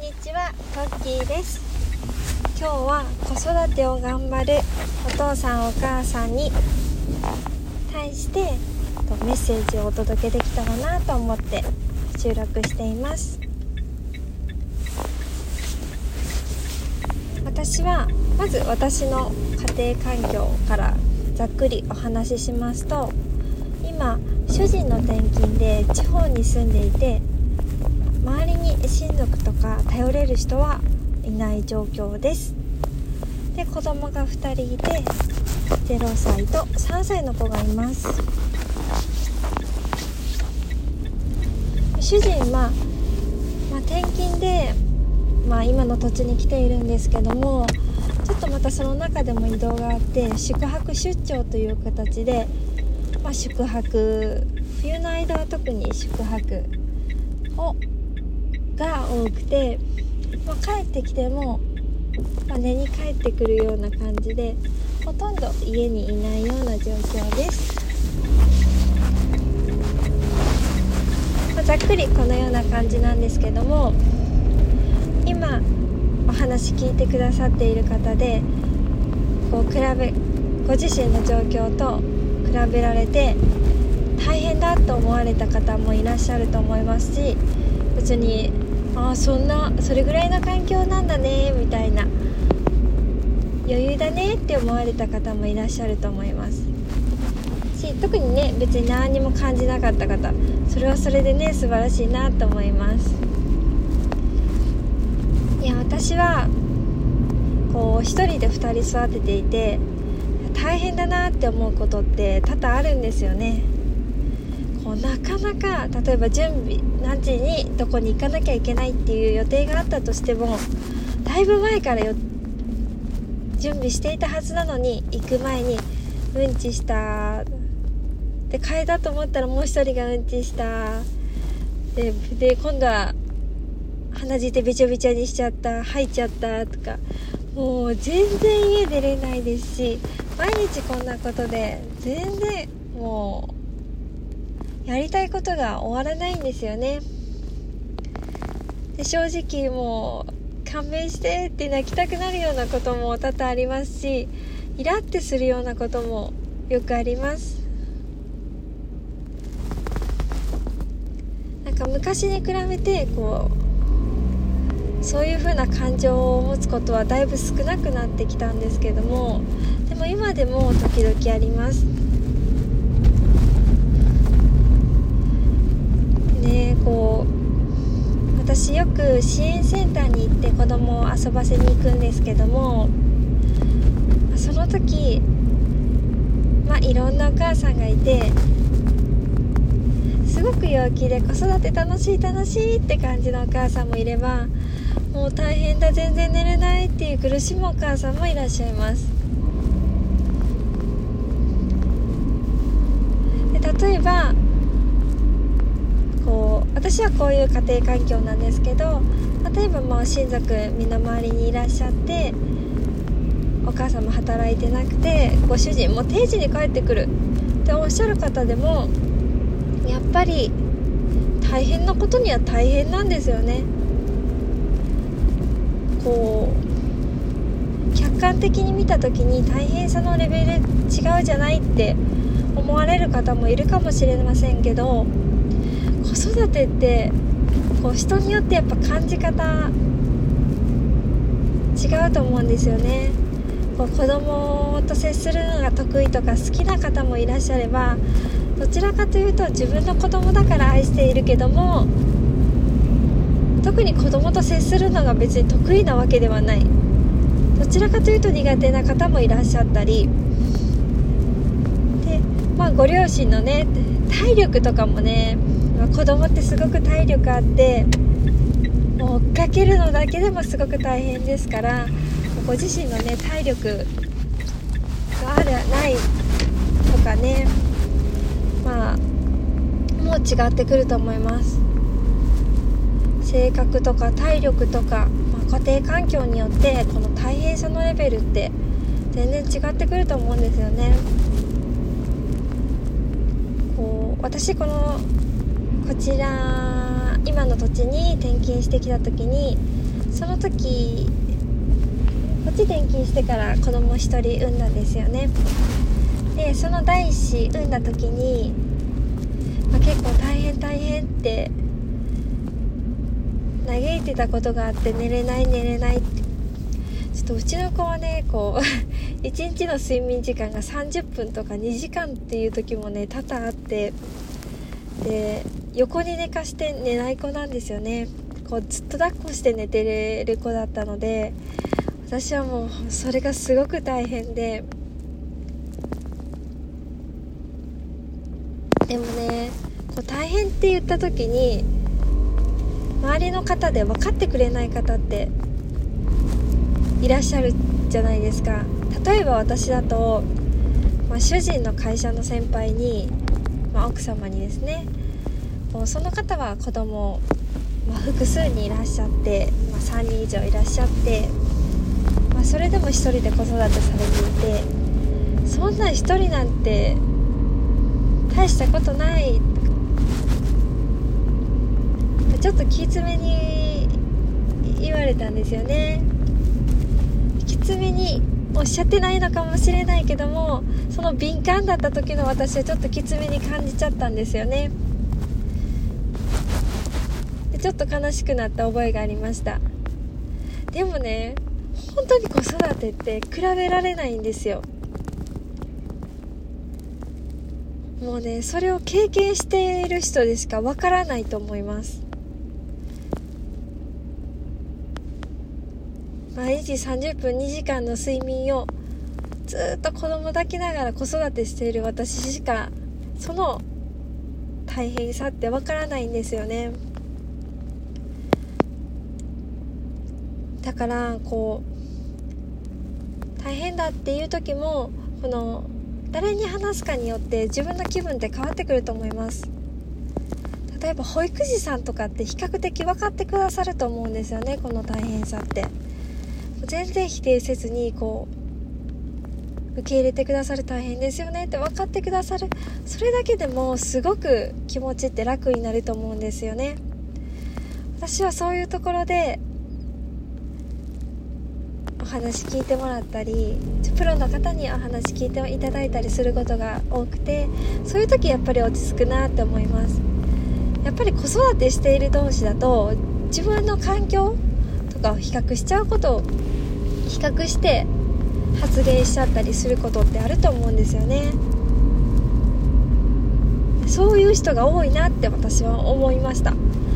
にちは、トッキーです。今日は子育てを頑張るお父さんお母さんに対してメッセージをお届けできたらなと思って収録しています。私はまず私の家庭環境からざっくりお話ししますと、今主人の転勤で地方に住んでいて、周りに親族とか頼れる人はいない状況です。で、子供が2人いて0歳と3歳の子がいます。主人は、転勤で、今の土地に来ているんですけども、ちょっとまたその中でも移動があって宿泊出張という形で、宿泊、冬の間は特に宿泊が多くて、帰ってきても、寝に帰ってくるような感じでほとんど家にいないような状況です。ざっくりこのような感じなんですけども、今お話聞いてくださっている方でご自身の状況と比べられて大変だと思われた方もいらっしゃると思いますし、別にそれぐらいの環境なんだねみたいな、余裕だねって思われた方もいらっしゃると思いますし、特にね、別に何にも感じなかった方、それはそれでね、素晴らしいなと思います。私は一人で2人育てていて大変だなって思うことって多々あるんですよね。なかなか、例えば準備何時にどこに行かなきゃいけないっていう予定があったとしても、だいぶ前から準備していたはずなのに、行く前にうんちしたで、替えだと思ったらもう一人がうんちしたで今度は鼻血でべちゃべちゃにしちゃった、吐いちゃったとか、もう全然家出れないですし、毎日こんなことで全然もうやりたいことが終わらないんですよね。で、正直もう勘弁してって泣きたくなるようなことも多々ありますし、イラってするようなこともよくあります。昔に比べてそういう風な感情を持つことはだいぶ少なくなってきたんですけども、でも今でも時々ありますね。私よく支援センターに行って子供を遊ばせに行くんですけども、その時いろんなお母さんがいて、すごく陽気で子育て楽しいって感じのお母さんもいれば、もう大変だ、全然寝れないっていう苦しむお母さんもいらっしゃいます。で、例えば私はこういう家庭環境なんですけど、例えば親族みんな周りにいらっしゃって、お母さんも働いてなくてご主人も定時に帰ってくるっておっしゃる方でも、やっぱり大変なことには大変なんですよね。客観的に見た時に大変さのレベル違うじゃないって思われる方もいるかもしれませんけど、子育てって人によってやっぱ感じ方違うと思うんですよね。子供と接するのが得意とか好きな方もいらっしゃれば、どちらかというと自分の子供だから愛しているけども、特に子供と接するのが別に得意なわけではない、どちらかというと苦手な方もいらっしゃったりで、ご両親のね、体力とかもね、子供ってすごく体力あって、もう追っかけるのだけでもすごく大変ですから、ご自身のね、体力がないとかね、もう違ってくると思います。性格とか体力とか、家庭環境によってこの大変さのレベルって全然違ってくると思うんですよね。私こちら今の土地に転勤してきた時に、その時こっち転勤してから子供一人産んだんですよね。でその第一子産んだ時に、結構大変って嘆いてたことがあって、寝れないって、ちょっとうちの子はねこう1日の睡眠時間が30分とか2時間っていう時もね多々あって、で横に寝かして寝ない子なんですよね。こうずっと抱っこして寝てれる子だったので、私はもうそれがすごく大変で、でもねこう大変って言った時に周りの方で分かってくれない方っていらっしゃるじゃないですか。例えば私だと、主人の会社の先輩に、奥様にですね、もうその方は子供、複数にいらっしゃって、3人以上いらっしゃって、それでも一人で子育てされていて、そんな一人なんて大したことない、ちょっときつめに言われたんですよね。きつめにおっしゃってないのかもしれないけども、その敏感だった時の私はちょっときつめに感じちゃったんですよね。でちょっと悲しくなった覚えがありました。でもね、本当に子育てって比べられないんですよ。もうね、それを経験している人でしかわからないと思います。毎日30分2時間の睡眠をずっと子供抱きながら子育てしている私しかその大変さってわからないんですよね。だからこう大変だっていう時も、この誰に話すかによって自分の気分って変わってくると思います。例えば保育士さんとかって比較的分かってくださると思うんですよね。この大変さって全然否定せずにこう受け入れてくださる、大変ですよねって分かってくださる、それだけでもすごく気持ちって楽になると思うんですよね。私はそういうところでお話聞いてもらったり、プロの方にお話聞いていただいたりすることが多くて、そういう時やっぱり落ち着くなって思います。やっぱり子育てしている同士だと自分の環境とかを比較しちゃうことを比較して発言しちゃったりすることってあると思うんですよね。そういう人が多いなって私は思いました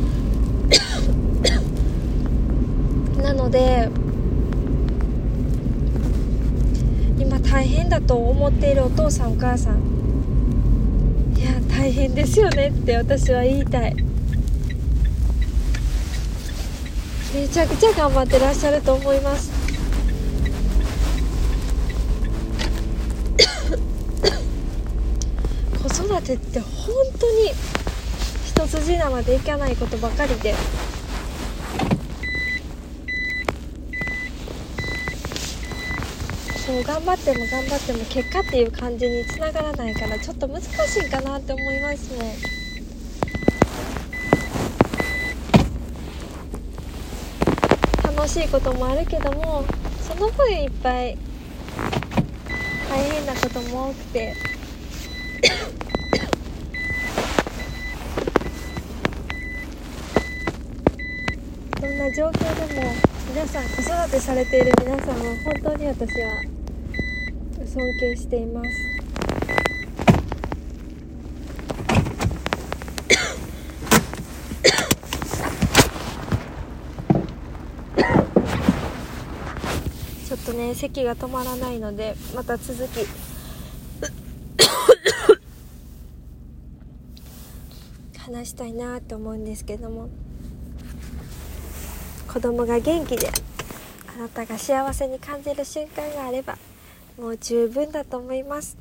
なので今大変だと思っているお父さんお母さん、いや大変ですよねって私は言いたい。めちゃくちゃ頑張ってらっしゃると思います子育てって本当に一筋縄でいかないことばかりで、そう頑張っても結果っていう感じにつながらないから、ちょっと難しいかなって思いますもん。楽しいこともあるけども、その分いっぱい大変なことも多くてどんな状況でも皆さん子育てされている皆さんは本当に私は尊敬しています。ちょっとね咳が止まらないのでまた続き話したいなと思うんですけども、子供が元気であなたが幸せに感じる瞬間があればもう十分だと思います。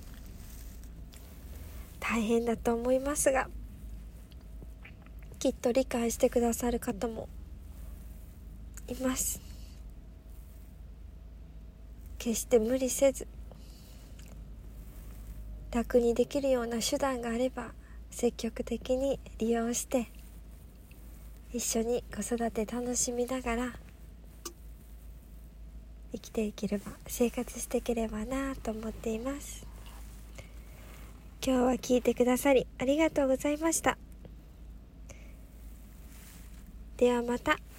大変だと思いますが、きっと理解してくださる方もいます。決して無理せず、楽にできるような手段があれば積極的に利用して一緒に子育て楽しみながら生きていければ、生活していければなと思っています。今日は聞いてくださりありがとうございました。ではまた。